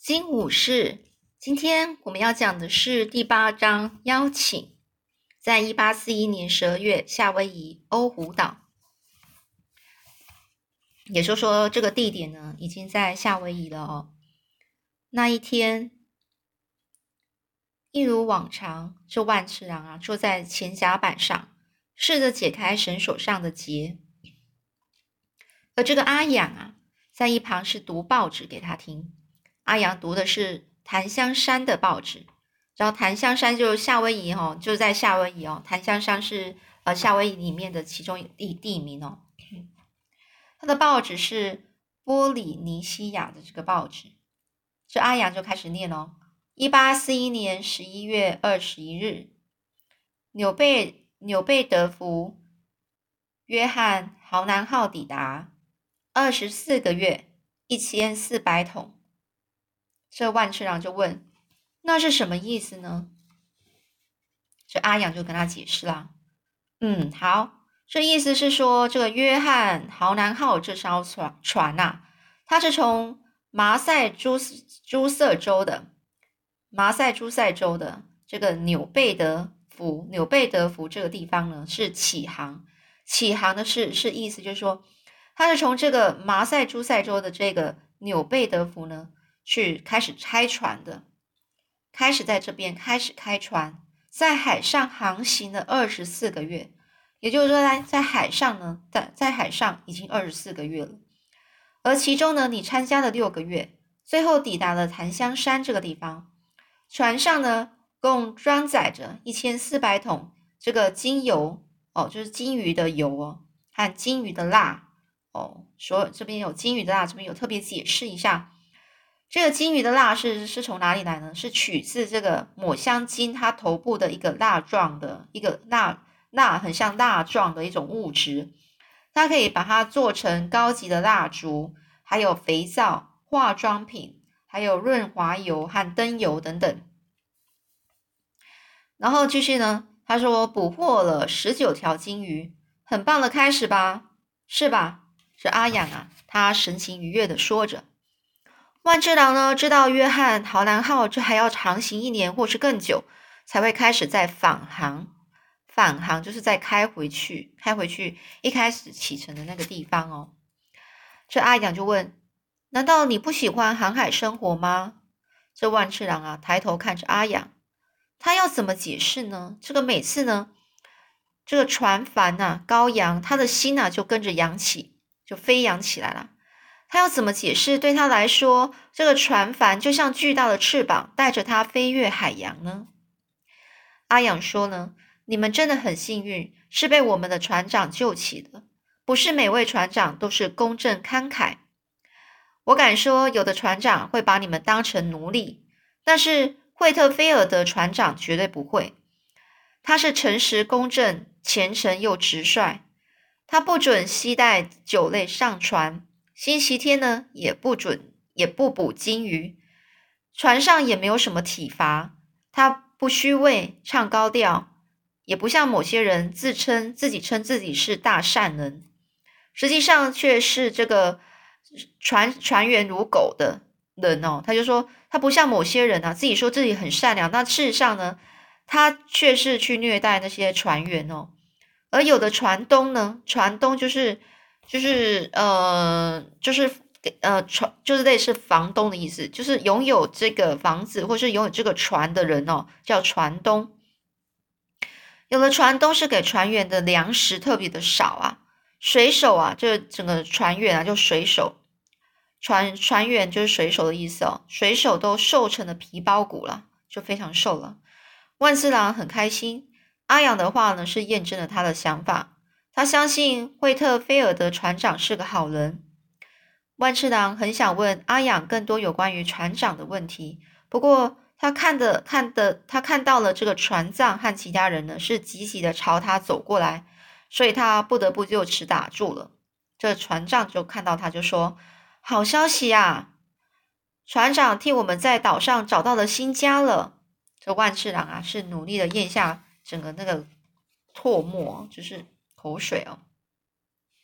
金武士，今天我们要讲的是第8章邀请。在1841年12月，夏威夷欧胡岛，也就是说这个地点呢已经在夏威夷了哦。那一天，一如往常，这万次郎坐在前甲板上，试着解开绳索上的结，而这个阿养在一旁是读报纸给他听。阿养读的是檀香山的报纸，然后檀香山就是夏威夷就在夏威夷檀香山是夏威夷里面的其中一地名他的报纸是波里尼西亚的这个报纸。这阿养就开始念1841年11月21日，纽贝德福约翰豪南号抵达，24个月，1400桶。这万次郎就问，那是什么意思呢？这阿养就跟他解释啦。好，这意思是说，这个约翰豪南号这艘船它是从马赛诸塞州的这个纽贝德福这个地方呢是起航的是意思就是说，它是从这个马赛诸塞州的这个纽贝德福呢去开始开船的，开始在这边开始开船，在海上航行了24个月，也就是说在海上呢，在海上已经24个月了。而其中呢，你参加了6个月，最后抵达了檀香山这个地方。船上呢，共装载着1400桶这个精油就是金鱼的油和金鱼的蜡说这边有金鱼的蜡，这边有特别解释一下。这个金鱼的蜡是从哪里来呢？是取自这个抹香鲸它头部的一个蜡状的一个蜡很像蜡状的一种物质，它可以把它做成高级的蜡烛，还有肥皂、化妆品，还有润滑油和灯油等等。然后继续呢，他说捕获了19条金鱼，很棒的开始吧？是吧？是阿养他神情愉悦的说着。万次郎呢知道约翰豪南号这还要航行1年或是更久，才会开始在返航就是再开回去一开始启程的那个地方这阿养就问，难道你不喜欢航海生活吗？这万次郎抬头看着阿养，他要怎么解释呢？这个每次呢，这个船帆高扬，他的心就跟着扬起，就飞扬起来了。他要怎么解释？对他来说，这个船帆就像巨大的翅膀，带着他飞越海洋呢？阿养说呢，你们真的很幸运，是被我们的船长救起的。不是每位船长都是公正慷慨。我敢说，有的船长会把你们当成奴隶，但是惠特菲尔德船长绝对不会。他是诚实公正、虔诚又直率。他不准携带酒类上船，星期天呢也不捕金鱼，船上也没有什么体罚。他不虚伪、唱高调，也不像某些人称自己是大善人，实际上却是这个船员如狗的人他就说他不像某些人自己说自己很善良，那事实上呢，他却是去虐待那些船员而有的船东呢，船东就是类似房东的意思，就是拥有这个房子或是拥有这个船的人叫船东。有的船东是给船员的粮食特别的少水手这整个船员就水手，船员就是水手的意思水手都瘦成了皮包骨了，就非常瘦了。万次郎很开心，阿养的话呢是验证了他的想法，他相信惠特菲尔德船长是个好人。万次郎很想问阿养更多有关于船长的问题，不过他看到了这个船长和其他人呢是急急的朝他走过来，所以他不得不就此打住了。这船长就看到他就说，好消息船长替我们在岛上找到了新家了。这万次郎是努力的咽下整个那个唾沫，就是口水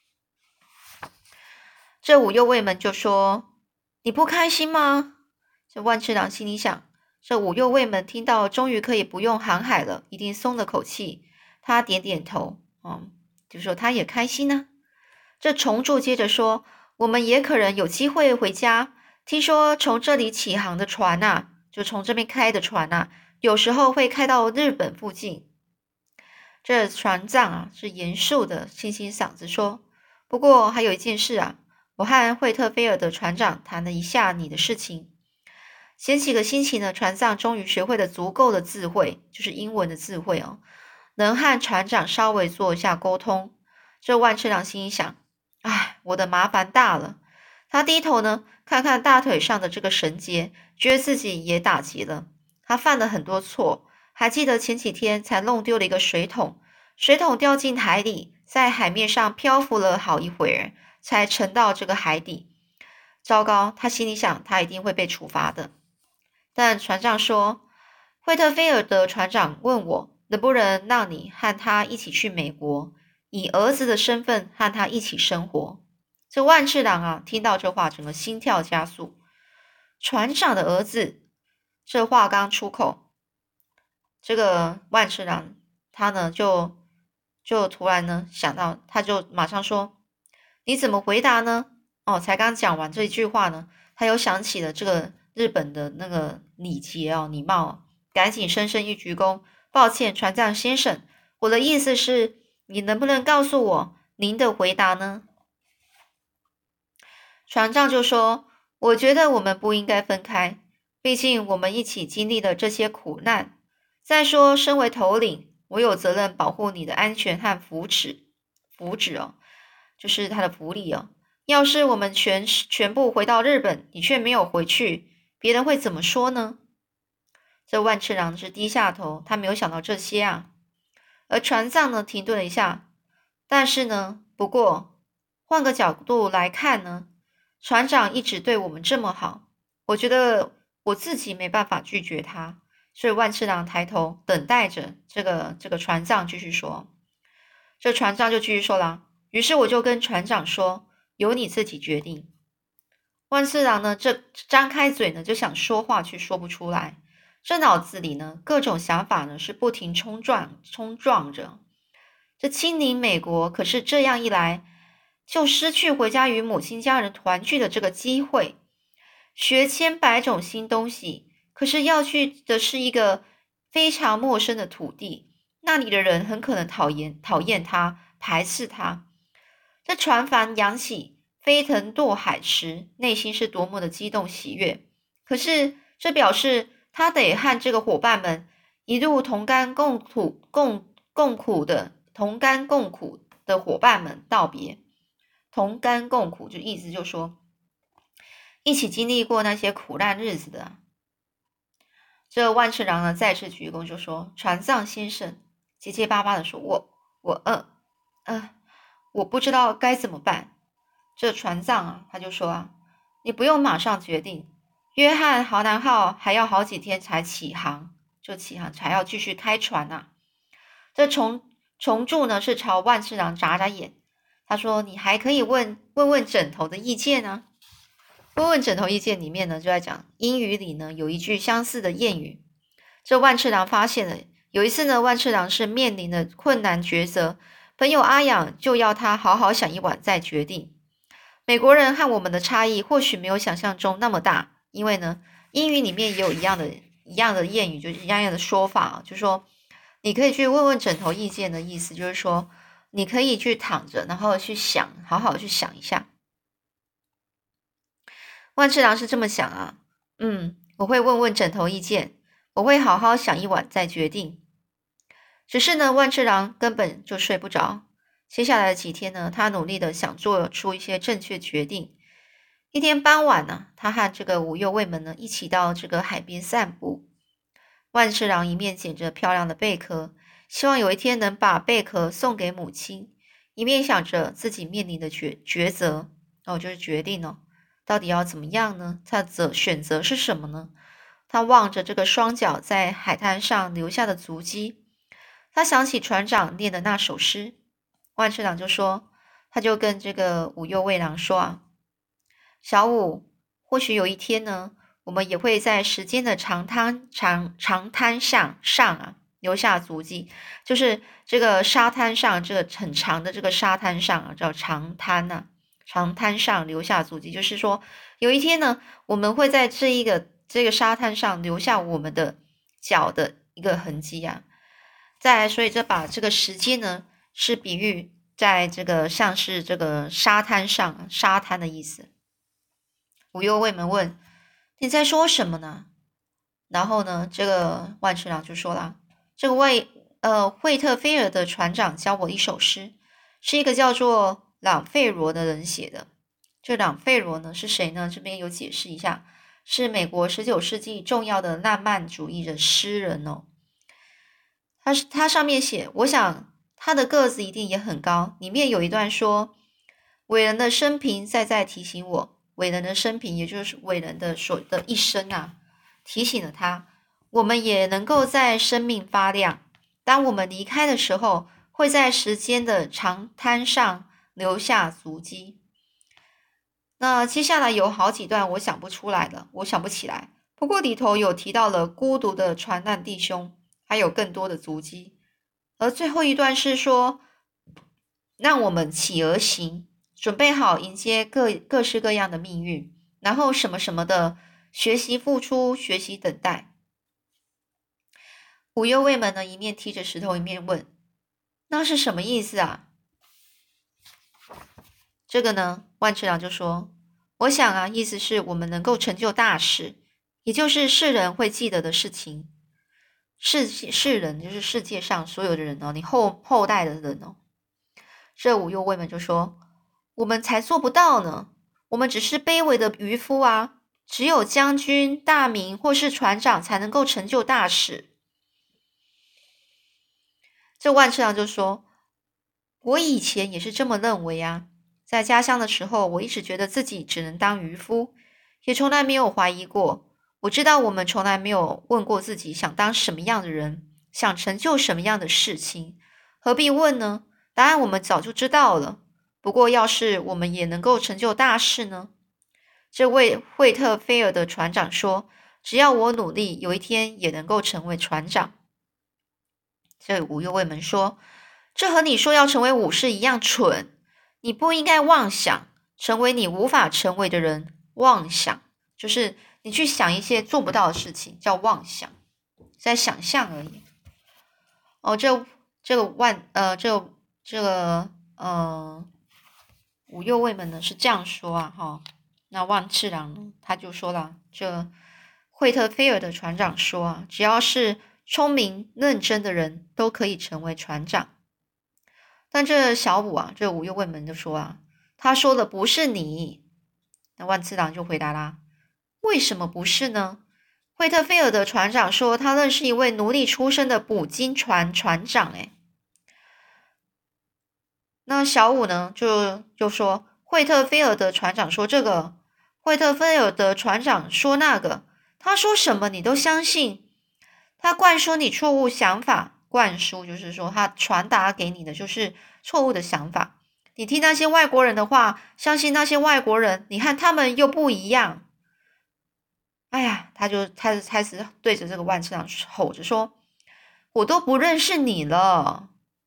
这五右卫门就说，你不开心吗？ 这万次郎心里想，这五右卫门听到终于可以不用航海了，一定松了口气。他点点头，就说他也开心呢。这虫柱接着说，我们也可能有机会回家。听说从这里起航的船啊，就从这边开的船啊，有时候会开到日本附近。这船长啊是严肃的，清清嗓子说：“不过还有一件事啊，我和惠特菲尔的船长谈了一下你的事情。前几个星期呢，船长终于学会了足够的智慧，就是英文的智慧哦，能和船长稍微做一下沟通。”这万次郎心里想：“哎，我的麻烦大了。”他低头呢，看看大腿上的这个绳结，觉得自己也打结了。他犯了很多错，还记得前几天才弄丢了一个水桶，水桶掉进海里，在海面上漂浮了好一会儿，才沉到这个海底。糟糕，他心里想，他一定会被处罚的。但船长说，惠特菲尔德船长问我，能不能让你和他一起去美国，以儿子的身份和他一起生活。这万次郎啊，听到这话，整个心跳加速。船长的儿子，这话刚出口，这个万次郎他呢就突然呢想到，他就马上说：“你怎么回答呢？”哦，才刚讲完这一句话呢，他又想起了这个日本的那个礼节哦，礼貌哦，赶紧深深一鞠躬，抱歉，船长先生，我的意思是，你能不能告诉我您的回答呢？船长就说：“我觉得我们不应该分开，毕竟我们一起经历了这些苦难。再说，身为头领，我有责任保护你的安全和福祉哦，就是他的福利哦。要是我们全部回到日本，你却没有回去，别人会怎么说呢？”这万次郎是低下头，他没有想到这些啊。而船长呢，停顿了一下，但是呢，不过换个角度来看呢。船长一直对我们这么好，我觉得我自己没办法拒绝他，所以万次郎抬头等待着这个船长继续说。这船长就继续说了，于是我就跟船长说，由你自己决定。万次郎呢，这张开嘴呢就想说话，却说不出来，这脑子里呢各种想法呢是不停冲撞着。这亲临美国，可是这样一来，就失去回家与母亲家人团聚的这个机会，学千百种新东西，可是要去的是一个非常陌生的土地，那里的人很可能讨厌他，排斥他。这船帆扬起，飞腾渡海时，内心是多么的激动喜悦。可是这表示他得和这个伙伴们一路同甘共苦的伙伴们道别。同甘共苦，就意思就是说，一起经历过那些苦难日子的。这万次郎呢，再次鞠躬就说：“船长先生，结结巴巴的说，我不知道该怎么办。”这船长啊，他就说啊，你不用马上决定，约翰豪南号还要好几天才起航，才要继续开船啊。这虫柱呢是朝万次郎眨眨眼，他说：“你还可以问问枕头的意见呢。”问问枕头意见里面呢，就在讲英语里呢有一句相似的谚语。这万次郎发现了，有一次呢，万次郎是面临的困难抉择，朋友阿养就要他好好想一晚再决定。美国人和我们的差异或许没有想象中那么大，因为呢，英语里面也有一样的谚语，就是一样的说法，就是说你可以去问问枕头意见的意思，就是说你可以去躺着，然后去想，好好去想一下。万次郎是这么想啊，我会问问枕头意见，我会好好想一晚再决定。只是呢，万次郎根本就睡不着。接下来的几天呢，他努力的想做出一些正确决定。一天傍晚呢，他和这个五右卫门呢一起到这个海边散步。万次郎一面捡着漂亮的贝壳，希望有一天能把贝壳送给母亲，一面想着自己面临的抉择，就是决定哦，到底要怎么样呢？他的选择是什么呢？他望着这个双脚在海滩上留下的足迹，他想起船长念的那首诗。万次郎就说，他就跟这个五右卫郎说啊，小五，或许有一天呢， 我们也会在时间的长滩上留下足迹，就是这个沙滩上，这个很长的这个沙滩上叫长滩啊，长滩上留下足迹，就是说有一天呢，我们会在这个沙滩上留下我们的脚的一个痕迹啊。再来，所以这把这个时间呢，是比喻在这个像是这个沙滩上，沙滩的意思。无忧卫门问：“你在说什么呢？”然后呢，这个万次郎就说了：“这个惠特菲尔的船长教我一首诗，是一个叫做朗费罗的人写的。这朗费罗呢是谁呢？这边有解释一下，是美国19世纪重要的浪漫主义的诗人哦。他上面写，我想他的个子一定也很高。里面有一段说，伟人的生平在提醒我，伟人的生平也就是伟人的一生啊，提醒了他，我们也能够在生命发亮。当我们离开的时候，会在时间的长滩上留下足迹。那接下来有好几段我想不起来。不过里头有提到了孤独的船难弟兄，还有更多的足迹。而最后一段是说，让我们起而行，准备好迎接各式各样的命运，然后什么什么的学习付出，学习等待。无忧卫门呢，一面踢着石头，一面问：“那是什么意思啊？”这个呢，万次郎就说：“我想啊，意思是我们能够成就大事，也就是世人会记得的事情。世人就是世界上所有的人哦，你后代的人哦。”这无忧卫门就说：“我们才做不到呢，我们只是卑微的渔夫啊，只有将军、大名或是船长才能够成就大事。”这万次郎就说：“我以前也是这么认为啊，在家乡的时候，我一直觉得自己只能当渔夫，也从来没有怀疑过。我知道我们从来没有问过自己想当什么样的人，想成就什么样的事情，何必问呢？答案我们早就知道了。不过，要是我们也能够成就大事呢？”这位惠特菲尔的船长说：“只要我努力，有一天也能够成为船长。”这无忧卫门说：“这和你说要成为武士一样蠢，你不应该妄想成为你无法成为的人。妄想就是你去想一些做不到的事情，叫妄想，在想象而已。”哦，无忧卫门呢是这样说啊，哈。那万次郎呢，他就说了，这惠特菲尔的船长说啊，只要是聪明认真的人都可以成为船长。但这小五啊，这无忧卫门就说啊，他说的不是你。那万次郎就回答啦，为什么不是呢？惠特菲尔的船长说，他认识一位奴隶出身的捕鲸船船长。那小五呢，就说惠特菲尔的船长说这个，惠特菲尔的船长说那个，他说什么你都相信，他灌输你错误想法，灌输就是说他传达给你的就是错误的想法。你听那些外国人的话，相信那些外国人，你和他们又不一样。哎呀，他就开始对着这个万次郎吼着说：“我都不认识你了。”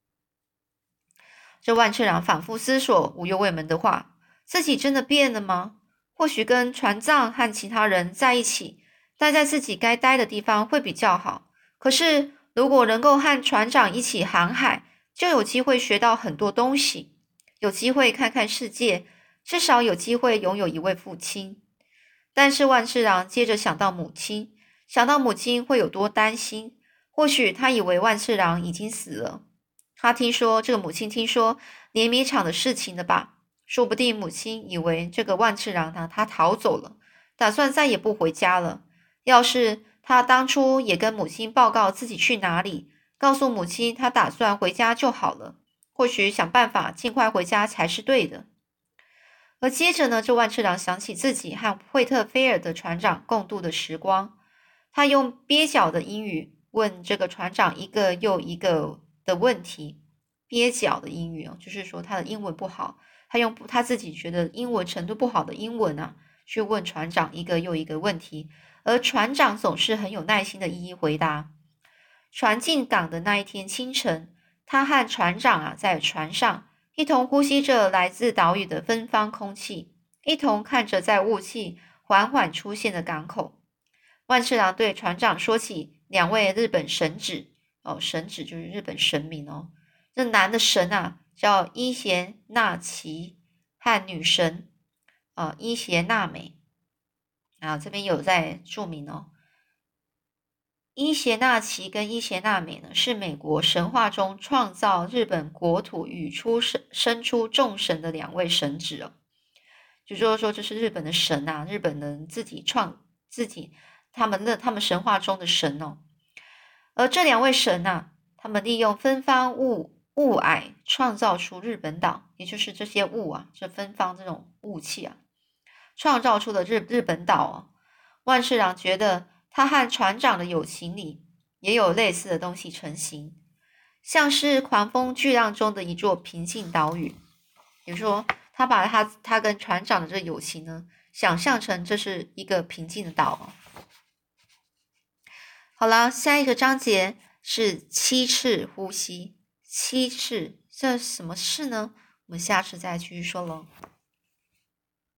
这万次郎反复思索无忧卫门的话，自己真的变了吗？或许跟船长和其他人在一起，待在自己该待的地方会比较好。可是如果能够和船长一起航海，就有机会学到很多东西，有机会看看世界，至少有机会拥有一位父亲。但是万次郎接着想到母亲，想到母亲会有多担心。或许他以为万次郎已经死了。他听说这个母亲听说碾米厂的事情了吧？说不定母亲以为这个万次郎他逃走了，打算再也不回家了。要是他当初也跟母亲报告自己去哪里，告诉母亲他打算回家就好了，或许想办法尽快回家才是对的。而接着呢，这万次郎想起自己和惠特菲尔的船长共度的时光，他用蹩脚的英语问这个船长一个又一个的问题。蹩脚的英语就是说他的英文不好，他用他自己觉得英文程度不好的英文啊， 去问船长一个又一个问题，而船长总是很有耐心的一一回答。船进港的那一天清晨，他和船长在船上一同呼吸着来自岛屿的芬芳空气，一同看着在雾气缓缓出现的港口。万次郎对船长说起2位日本神祇，神祇就是日本神明这男的神叫伊邪那岐，和女神伊邪那美这边有在注明伊邪那岐跟伊邪那美呢，是美国神话中创造日本国土与生出众神的2位神祇就是说这是日本的神日本人自己他们神话中的神而这2位神他们利用芬芳雾霭创造出日本岛，也就是这些雾这芬芳这种雾气创造出了日本岛万次郎觉得他和船长的友情里也有类似的东西成型，像是狂风巨浪中的一座平静岛屿。比如说他把他跟船长的这个友情呢，想象成这是一个平静的岛好了，下一个章节是7次呼吸。7次，这什么事呢？我们下次再继续说喽。